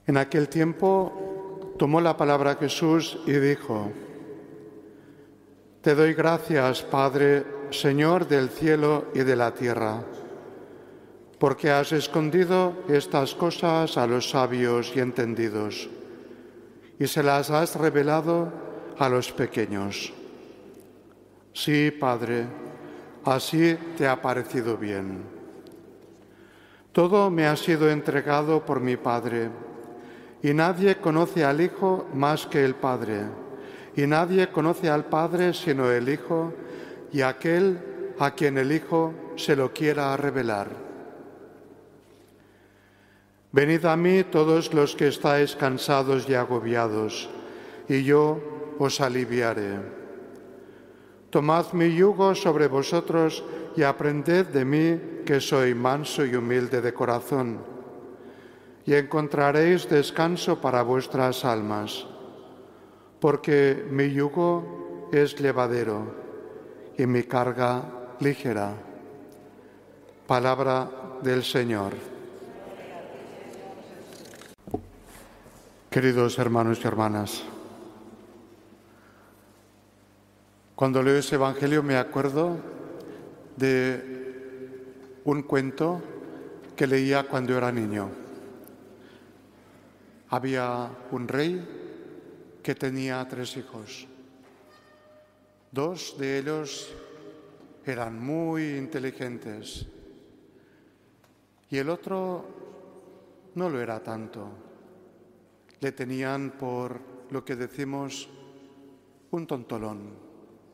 En aquel tiempo tomó la palabra Jesús y dijo: Te doy gracias, Padre, Señor del cielo y de la tierra, porque has escondido estas cosas a los sabios y entendidos, y se las has revelado a los pequeños. Sí, Padre, así te ha parecido bien. Todo me ha sido entregado por mi Padre, y nadie conoce al Hijo más que el Padre, y nadie conoce al Padre sino el Hijo, y aquel a quien el Hijo se lo quiera revelar. Venid a mí todos los que estáis cansados y agobiados, y yo os aliviaré. Tomad mi yugo sobre vosotros y aprended de mí, que soy manso y humilde de corazón, y encontraréis descanso para vuestras almas, porque mi yugo es llevadero y mi carga ligera. Palabra del Señor. Queridos hermanos y hermanas, cuando leo ese Evangelio me acuerdo de un cuento que leía cuando era niño. Había un rey que tenía 3 hijos. 2 de ellos eran muy inteligentes y el otro no lo era tanto. Le tenían por lo que decimos un tontolón.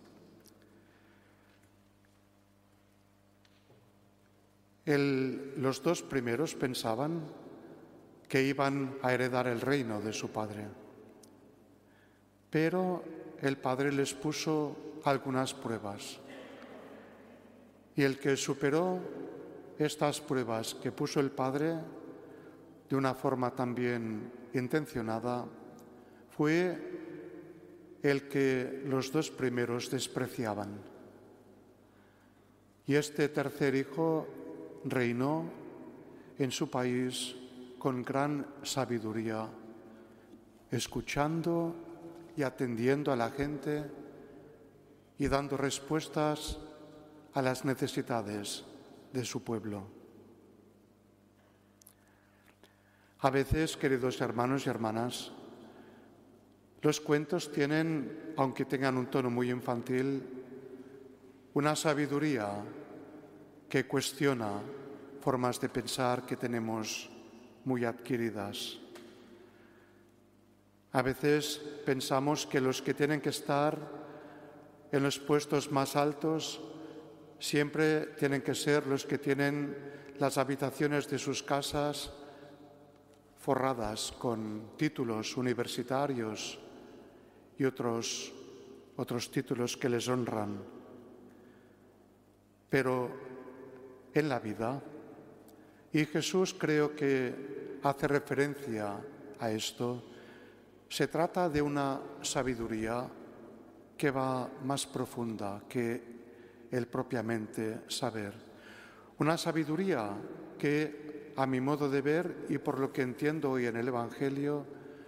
Los 2 primeros pensaban que iban a heredar el reino de su padre, pero el padre les puso algunas pruebas, y el que superó estas pruebas que puso el padre de una forma también intencionada fue el que los 2 primeros despreciaban. Y este tercer hijo reinó en su país con gran sabiduría, escuchando y atendiendo a la gente y dando respuestas a las necesidades de su pueblo. A veces, queridos hermanos y hermanas, los cuentos tienen, aunque tengan un tono muy infantil, una sabiduría que cuestiona formas de pensar que tenemos muy adquiridas. A veces pensamos que los que tienen que estar en los puestos más altos siempre tienen que ser los que tienen las habitaciones de sus casas forradas con títulos universitarios y otros títulos que les honran. Pero en la vida, y Jesús creo que hace referencia a esto, se trata de una sabiduría que va más profunda que el propiamente saber. Una sabiduría que, a mi modo de ver y por lo que entiendo hoy en el Evangelio,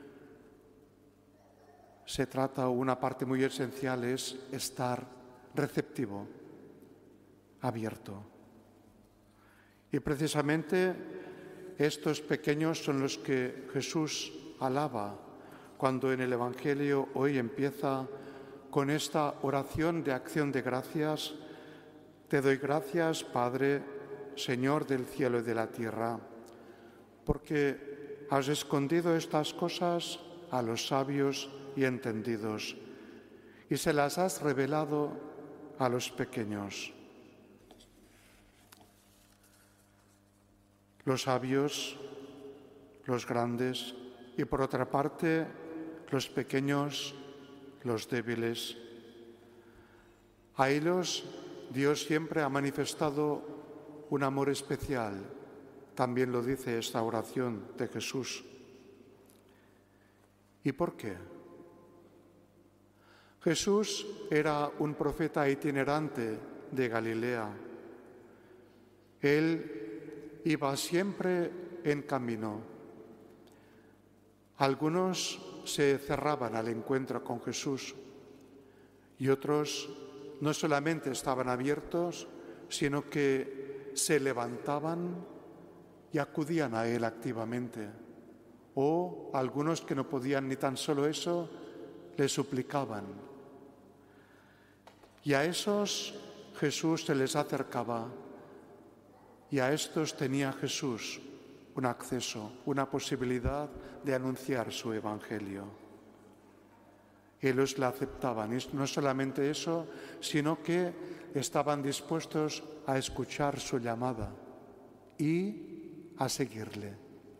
se trata, una parte muy esencial es estar receptivo, abierto. Y precisamente estos pequeños son los que Jesús alaba cuando en el Evangelio hoy empieza con esta oración de acción de gracias. Te doy gracias, Padre, Señor del cielo y de la tierra, porque has escondido estas cosas a los sabios y entendidos y se las has revelado a los pequeños. Los sabios, los grandes y por otra parte los pequeños, los débiles. A ellos Dios siempre ha manifestado un amor especial, también lo dice esta oración de Jesús. ¿Y por qué? Jesús era un profeta itinerante de Galilea. Él iba siempre en camino. Algunos se cerraban al encuentro con Jesús y otros no solamente estaban abiertos, sino que se levantaban y acudían a Él activamente. O algunos que no podían ni tan solo eso, le suplicaban. Y a esos Jesús se les acercaba y a estos tenía Jesús un acceso, una posibilidad de anunciar su evangelio. Ellos la aceptaban, y no solamente eso, sino que estaban dispuestos a escuchar su llamada y a seguirle.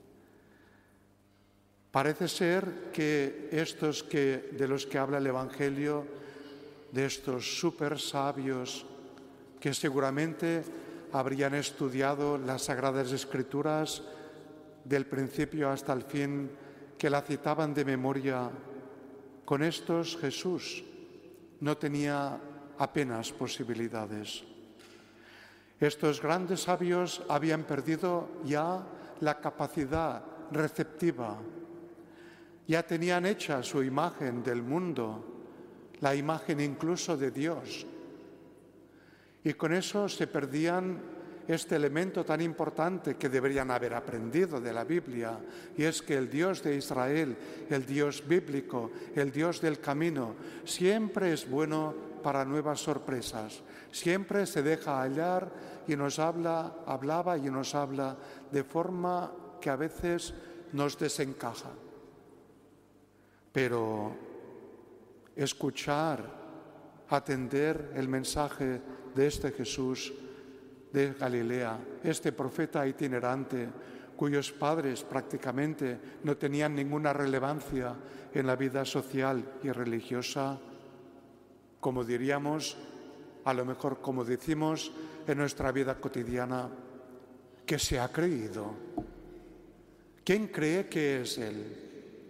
Parece ser que estos de los que habla el Evangelio, de estos súper sabios que seguramente habrían estudiado las Sagradas Escrituras del principio hasta el fin, que la citaban de memoria, con estos Jesús no tenía apenas posibilidades. Estos grandes sabios habían perdido ya la capacidad receptiva, ya tenían hecha su imagen del mundo, la imagen incluso de Dios. Y con eso se perdían este elemento tan importante que deberían haber aprendido de la Biblia, y es que el Dios de Israel, el Dios bíblico, el Dios del camino, siempre es bueno para nuevas sorpresas. Siempre se deja hallar y nos hablaba y nos habla de forma que a veces nos desencaja. Pero escuchar, atender el mensaje de este Jesús de Galilea, este profeta itinerante, cuyos padres prácticamente no tenían ninguna relevancia en la vida social y religiosa, como diríamos, a lo mejor como decimos en nuestra vida cotidiana, que se ha creído. ¿Quién cree que es Él?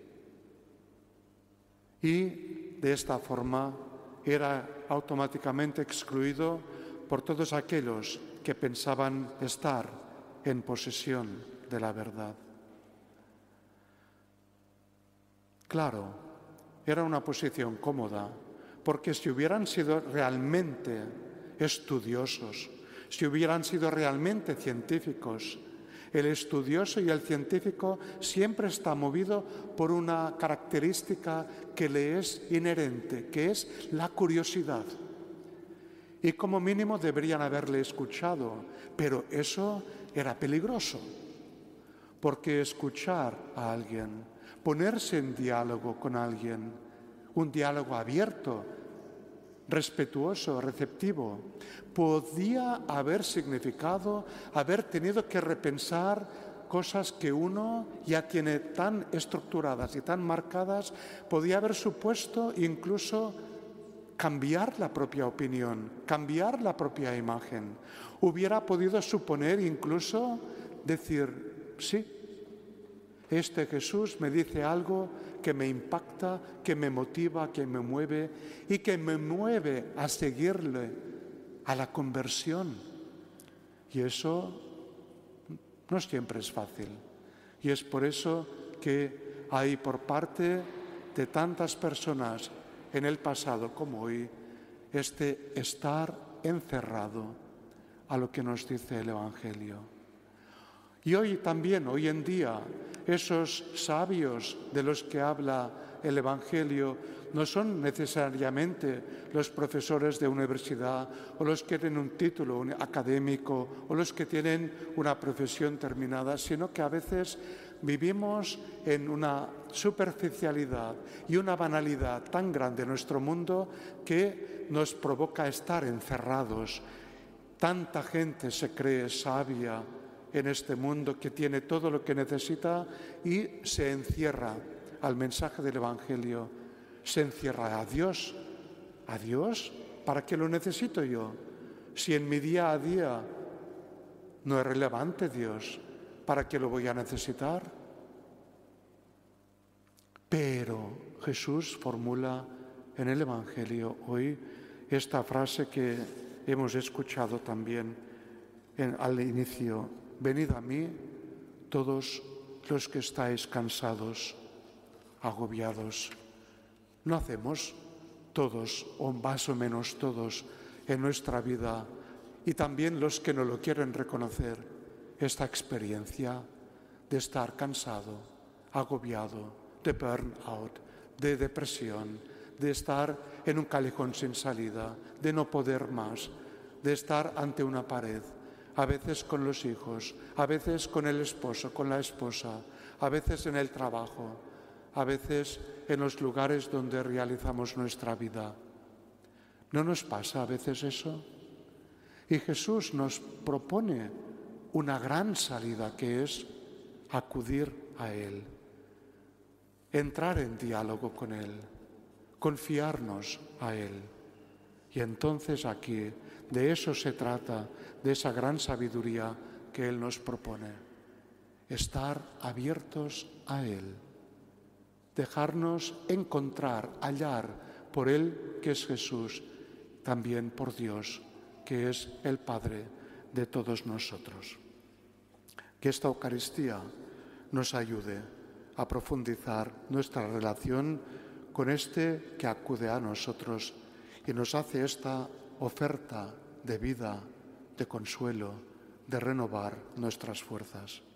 Y de esta forma era automáticamente excluido por todos aquellos que pensaban estar en posesión de la verdad. Claro, era una posición cómoda, porque si hubieran sido realmente estudiosos, si hubieran sido realmente científicos, el estudioso y el científico siempre está movido por una característica que le es inherente, que es la curiosidad. Y como mínimo deberían haberle escuchado, pero eso era peligroso, porque escuchar a alguien, ponerse en diálogo con alguien, un diálogo abierto, respetuoso, receptivo, podía haber significado haber tenido que repensar cosas que uno ya tiene tan estructuradas y tan marcadas, podía haber supuesto incluso cambiar la propia opinión, cambiar la propia imagen. Hubiera podido suponer incluso decir, sí, este Jesús me dice algo que me impacta, que me motiva, que me mueve y que me mueve a seguirle, a la conversión. Y eso no siempre es fácil. Y es por eso que hay por parte de tantas personas en el pasado como hoy, este estar encerrado a lo que nos dice el Evangelio. Y hoy también, hoy en día, esos sabios de los que habla el Evangelio no son necesariamente los profesores de universidad o los que tienen un título académico o los que tienen una profesión terminada, sino que a veces vivimos en una superficialidad y una banalidad tan grande en nuestro mundo que nos provoca estar encerrados. Tanta gente se cree sabia en este mundo que tiene todo lo que necesita y se encierra al mensaje del Evangelio, se encierra a Dios. ¿A Dios? ¿Para qué lo necesito yo? Si en mi día a día no es relevante Dios, ¿para qué lo voy a necesitar? Pero Jesús formula en el Evangelio hoy esta frase que hemos escuchado también al inicio: venid a mí todos los que estáis cansados agobiados. ¿No hacemos todos, o más o menos todos, en nuestra vida, y también los que no lo quieren reconocer, esta experiencia de estar cansado, agobiado, de burnout, de depresión, de estar en un callejón sin salida, de no poder más, de estar ante una pared, a veces con los hijos, a veces con el esposo, con la esposa, a veces en el trabajo, a veces en los lugares donde realizamos nuestra vida? ¿No nos pasa a veces eso? Y Jesús nos propone una gran salida, que es acudir a Él, entrar en diálogo con Él, confiarnos a Él. Y entonces aquí de eso se trata, de esa gran sabiduría que Él nos propone. Estar abiertos a Él, dejarnos encontrar, hallar por Él, que es Jesús, también por Dios, que es el Padre de todos nosotros. Que esta Eucaristía nos ayude a profundizar nuestra relación con este que acude a nosotros y nos hace esta oferta de vida, de consuelo, de renovar nuestras fuerzas.